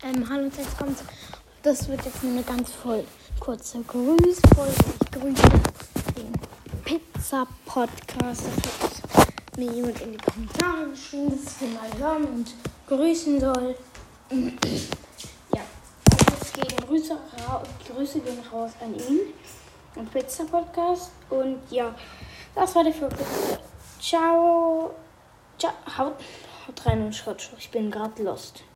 Hallo und jetzt kommt, das wird jetzt eine ganz voll kurze Grüßfolge. Ich grüße den Pizza-Podcast. Das hat mir jemand in die Kommentare geschrieben, dass ich den mal hören und grüßen soll. Ja, jetzt gehen Grüße gehen raus an ihn, den Pizza-Podcast. Und ja, das war der Folge. Ciao. Haut rein und schaut schon. Ich bin gerade lost.